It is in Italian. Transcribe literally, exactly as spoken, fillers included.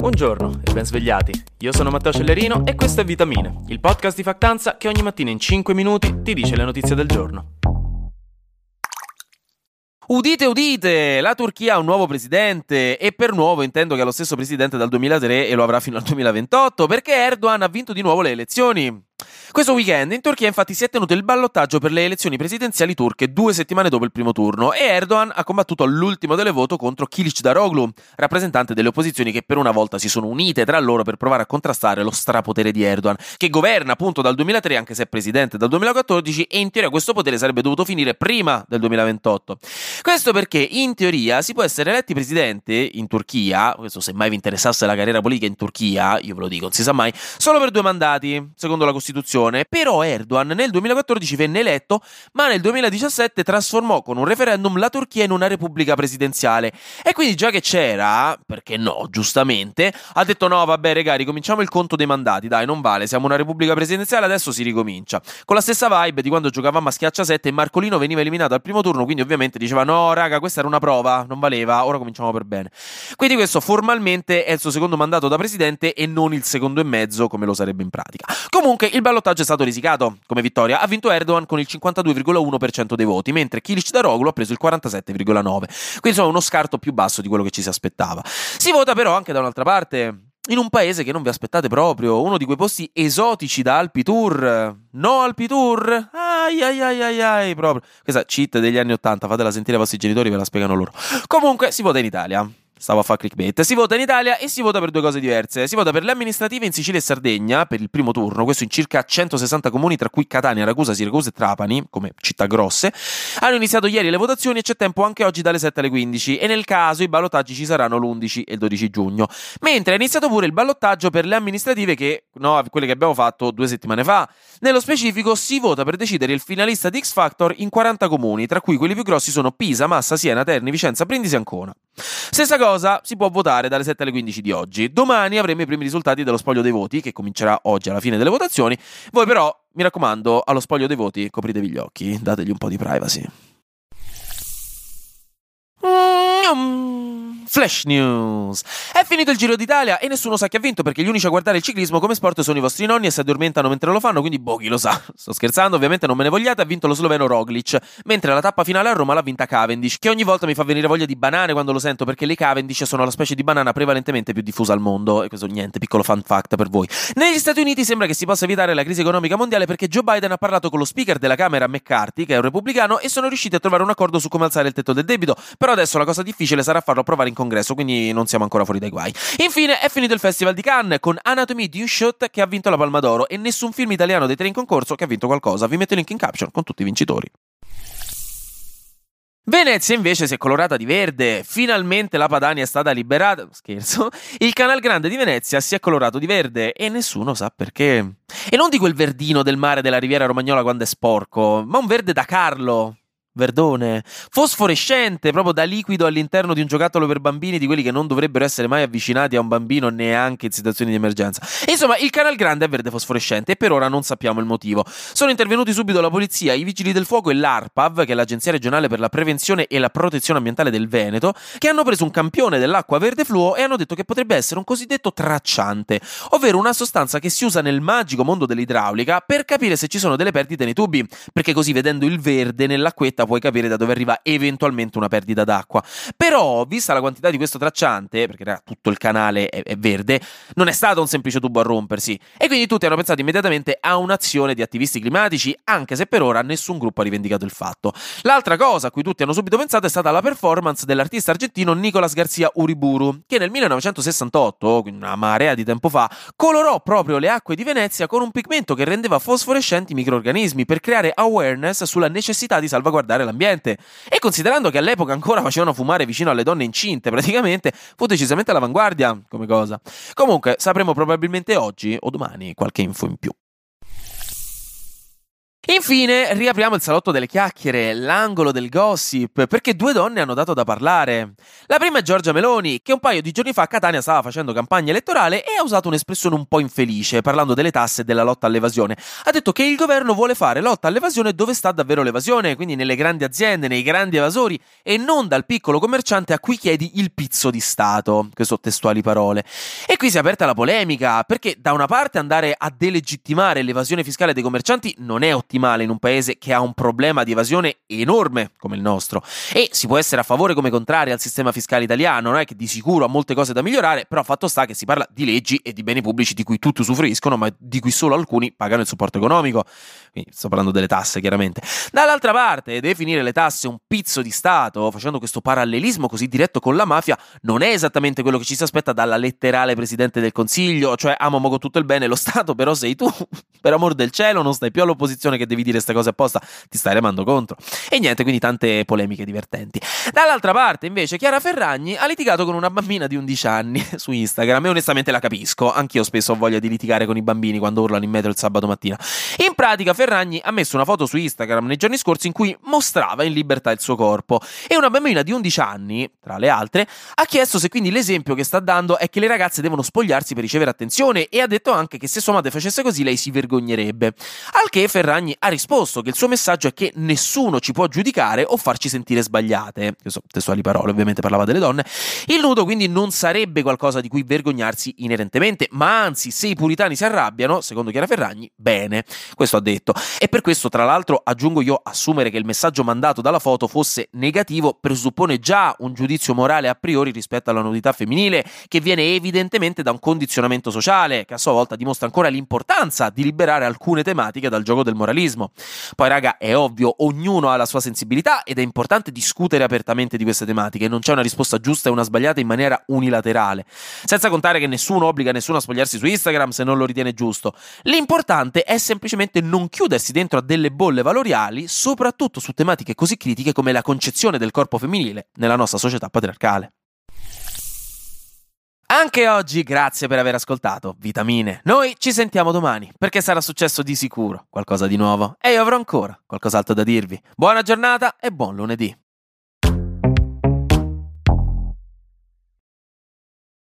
Buongiorno e ben svegliati. Io sono Matteo Cellerino e questo è Vitamine, il podcast di Factanza che ogni mattina in cinque minuti ti dice le notizie del giorno. Udite, udite! La Turchia ha un nuovo presidente e per nuovo intendo che è lo stesso presidente dal duemilatré e lo avrà fino al duemilaventotto perché Erdogan ha vinto di nuovo le elezioni. Questo weekend in Turchia infatti si è tenuto il ballottaggio per le elezioni presidenziali turche due settimane dopo il primo turno e Erdogan ha combattuto all'ultimo delle voto contro Kılıçdaroğlu, rappresentante delle opposizioni che per una volta si sono unite tra loro per provare a contrastare lo strapotere di Erdogan, che governa appunto dal duemilatré anche se è presidente dal duemilaquattordici e in teoria questo potere sarebbe dovuto finire prima del duemilaventotto. Questo perché in teoria si può essere eletti presidente in Turchia, questo se mai vi interessasse la carriera politica in Turchia, io ve lo dico, non si sa mai, solo per due mandati, secondo la Costituzione. Però Erdogan nel duemilaquattordici venne eletto, ma nel duemiladiciassette trasformò con un referendum la Turchia in una repubblica presidenziale. E quindi già che c'era, perché no, giustamente, ha detto no, vabbè regà, ricominciamo il conto dei mandati, dai, non vale, siamo una repubblica presidenziale, adesso si ricomincia. Con la stessa vibe di quando giocavamo a schiaccia sette e Marcolino veniva eliminato al primo turno, quindi ovviamente diceva no, raga, questa era una prova, non valeva, ora cominciamo per bene. Quindi questo formalmente è il suo secondo mandato da presidente e non il secondo e mezzo come lo sarebbe in pratica. Comunque il ballottaggio è stato risicato come vittoria, ha vinto Erdogan con il cinquantadue virgola uno per cento dei voti, mentre Kılıçdaroğlu ha preso il quarantasette virgola nove per cento, quindi insomma uno scarto più basso di quello che ci si aspettava. Si vota però anche da un'altra parte, in un paese che non vi aspettate proprio, uno di quei posti esotici da Alpi Tour. No Alpi Tour? Ai ai ai ai ai, proprio. Questa cheat degli anni ottanta, fatela sentire ai vostri genitori, ve la spiegano loro. Comunque si vota in Italia. Stavo a fare clickbait. Si vota in Italia e si vota per due cose diverse. Si vota per le amministrative in Sicilia e Sardegna per il primo turno, questo in circa centosessanta comuni, tra cui Catania, Ragusa, Siracusa e Trapani, come città grosse. Hanno iniziato ieri le votazioni e c'è tempo anche oggi dalle sette alle quindici e nel caso i ballottaggi ci saranno l'undici e il dodici giugno. Mentre è iniziato pure il ballottaggio per le amministrative che, no, quelle che abbiamo fatto due settimane fa. Nello specifico si vota per decidere il finalista di X Factor in quaranta comuni, tra cui quelli più grossi sono Pisa, Massa, Siena, Terni, Vicenza, Brindisi e Ancona. Stessa cosa si può votare dalle sette alle quindici di oggi. Domani avremo i primi risultati dello spoglio dei voti, che comincerà oggi alla fine delle votazioni. Voi però, mi raccomando, allo spoglio dei voti copritevi gli occhi, dategli un po' di privacy. Flash News. È finito il Giro d'Italia e nessuno sa chi ha vinto perché gli unici a guardare il ciclismo come sport sono i vostri nonni e si addormentano mentre lo fanno, quindi boh, chi lo sa. Sto scherzando, ovviamente non me ne vogliate, ha vinto lo sloveno Roglic, mentre la tappa finale a Roma l'ha vinta Cavendish, che ogni volta mi fa venire voglia di banane quando lo sento perché le Cavendish sono la specie di banana prevalentemente più diffusa al mondo, e questo niente, piccolo fun fact per voi. Negli Stati Uniti sembra che si possa evitare la crisi economica mondiale perché Joe Biden ha parlato con lo speaker della Camera McCarthy, che è un repubblicano, e sono riusciti a trovare un accordo su come alzare il tetto del debito, però adesso la cosa difficile sarà farlo approvare in congresso, quindi non siamo ancora fuori dai guai. Infine è finito il Festival di Cannes con Anatomy di un Shot che ha vinto la Palma d'Oro e nessun film italiano dei tre in concorso che ha vinto qualcosa. Vi metto il link in caption con tutti i vincitori. Venezia invece si è colorata di verde, finalmente la Padania è stata liberata, scherzo, il Canal Grande di Venezia si è colorato di verde e nessuno sa perché. E non di quel verdino del mare della Riviera Romagnola quando è sporco, ma un verde da Carlo. Verdone, fosforescente, proprio da liquido all'interno di un giocattolo per bambini, di quelli che non dovrebbero essere mai avvicinati a un bambino neanche in situazioni di emergenza. E insomma, il Canal Grande è verde fosforescente e per ora non sappiamo il motivo. Sono intervenuti subito la polizia, i vigili del fuoco e l'ARPAV, che è l'Agenzia regionale per la prevenzione e la protezione ambientale del Veneto, che hanno preso un campione dell'acqua verde fluo e hanno detto che potrebbe essere un cosiddetto tracciante, ovvero una sostanza che si usa nel magico mondo dell'idraulica per capire se ci sono delle perdite nei tubi, perché così vedendo il verde nell'acquetta puoi capire da dove arriva eventualmente una perdita d'acqua. Però, vista la quantità di questo tracciante, perché era tutto il canale è, è verde, non è stato un semplice tubo a rompersi, e quindi tutti hanno pensato immediatamente a un'azione di attivisti climatici, anche se per ora nessun gruppo ha rivendicato il fatto. L'altra cosa a cui tutti hanno subito pensato è stata la performance dell'artista argentino Nicolás García Uriburu, che nel millenovecentosessantotto, quindi una marea di tempo fa, colorò proprio le acque di Venezia con un pigmento che rendeva fosforescenti i microrganismi per creare awareness sulla necessità di salvaguardare l'ambiente. E considerando che all'epoca ancora facevano fumare vicino alle donne incinte, praticamente fu decisamente all'avanguardia come cosa. Comunque sapremo probabilmente oggi o domani qualche info in più. Infine, riapriamo il salotto delle chiacchiere, l'angolo del gossip, perché due donne hanno dato da parlare. La prima è Giorgia Meloni, che un paio di giorni fa a Catania stava facendo campagna elettorale e ha usato un'espressione un po' infelice, parlando delle tasse e della lotta all'evasione. Ha detto che il governo vuole fare lotta all'evasione dove sta davvero l'evasione, quindi nelle grandi aziende, nei grandi evasori, e non dal piccolo commerciante a cui chiedi il pizzo di Stato. Queste sono testuali parole. E qui si è aperta la polemica, perché da una parte andare a delegittimare l'evasione fiscale dei commercianti non è ottimale in un paese che ha un problema di evasione enorme come il nostro, e si può essere a favore come contrari al sistema fiscale italiano, non è che di sicuro ha molte cose da migliorare, però fatto sta che si parla di leggi e di beni pubblici di cui tutti usufruiscono, ma di cui solo alcuni pagano il supporto economico. Quindi sto parlando delle tasse, chiaramente. Dall'altra parte, definire le tasse un pizzo di Stato, facendo questo parallelismo così diretto con la mafia, non è esattamente quello che ci si aspetta dalla letterale Presidente del Consiglio, cioè amo con tutto il bene lo Stato, però sei tu, per amor del cielo, non stai più all'opposizione che devi dire queste cose apposta, ti stai remando contro. E niente, quindi tante polemiche divertenti. Dall'altra parte, invece, Chiara Ferragni ha litigato con una bambina di undici anni su Instagram, e onestamente la capisco, anch'io spesso ho voglia di litigare con i bambini quando urlano in metro il sabato mattina. In pratica Ferragni ha messo una foto su Instagram nei giorni scorsi in cui mostrava in libertà il suo corpo, e una bambina di undici anni, tra le altre, ha chiesto se quindi l'esempio che sta dando è che le ragazze devono spogliarsi per ricevere attenzione, e ha detto anche che se sua madre facesse così lei si vergognerebbe. Al che Ferragni ha risposto che il suo messaggio è che nessuno ci può giudicare o farci sentire sbagliate. Che so, testuali parole, ovviamente parlava delle donne. Il nudo quindi non sarebbe qualcosa di cui vergognarsi inerentemente, ma anzi, se i puritani si arrabbiano, secondo Chiara Ferragni, bene. Questo ha detto. E per questo, tra l'altro, aggiungo io, assumere che il messaggio mandato dalla foto fosse negativo presuppone già un giudizio morale a priori rispetto alla nudità femminile, che viene evidentemente da un condizionamento sociale, che a sua volta dimostra ancora l'importanza di liberare alcune tematiche dal gioco del moralismo. Poi raga, è ovvio, ognuno ha la sua sensibilità ed è importante discutere apertamente di queste tematiche, non c'è una risposta giusta e una sbagliata in maniera unilaterale, senza contare che nessuno obbliga nessuno a spogliarsi su Instagram se non lo ritiene giusto. L'importante è semplicemente non chiudersi dentro a delle bolle valoriali, soprattutto su tematiche così critiche come la concezione del corpo femminile nella nostra società patriarcale. Anche oggi grazie per aver ascoltato Vitamine. Noi ci sentiamo domani, perché sarà successo di sicuro qualcosa di nuovo e io avrò ancora qualcos'altro da dirvi. Buona giornata e buon lunedì.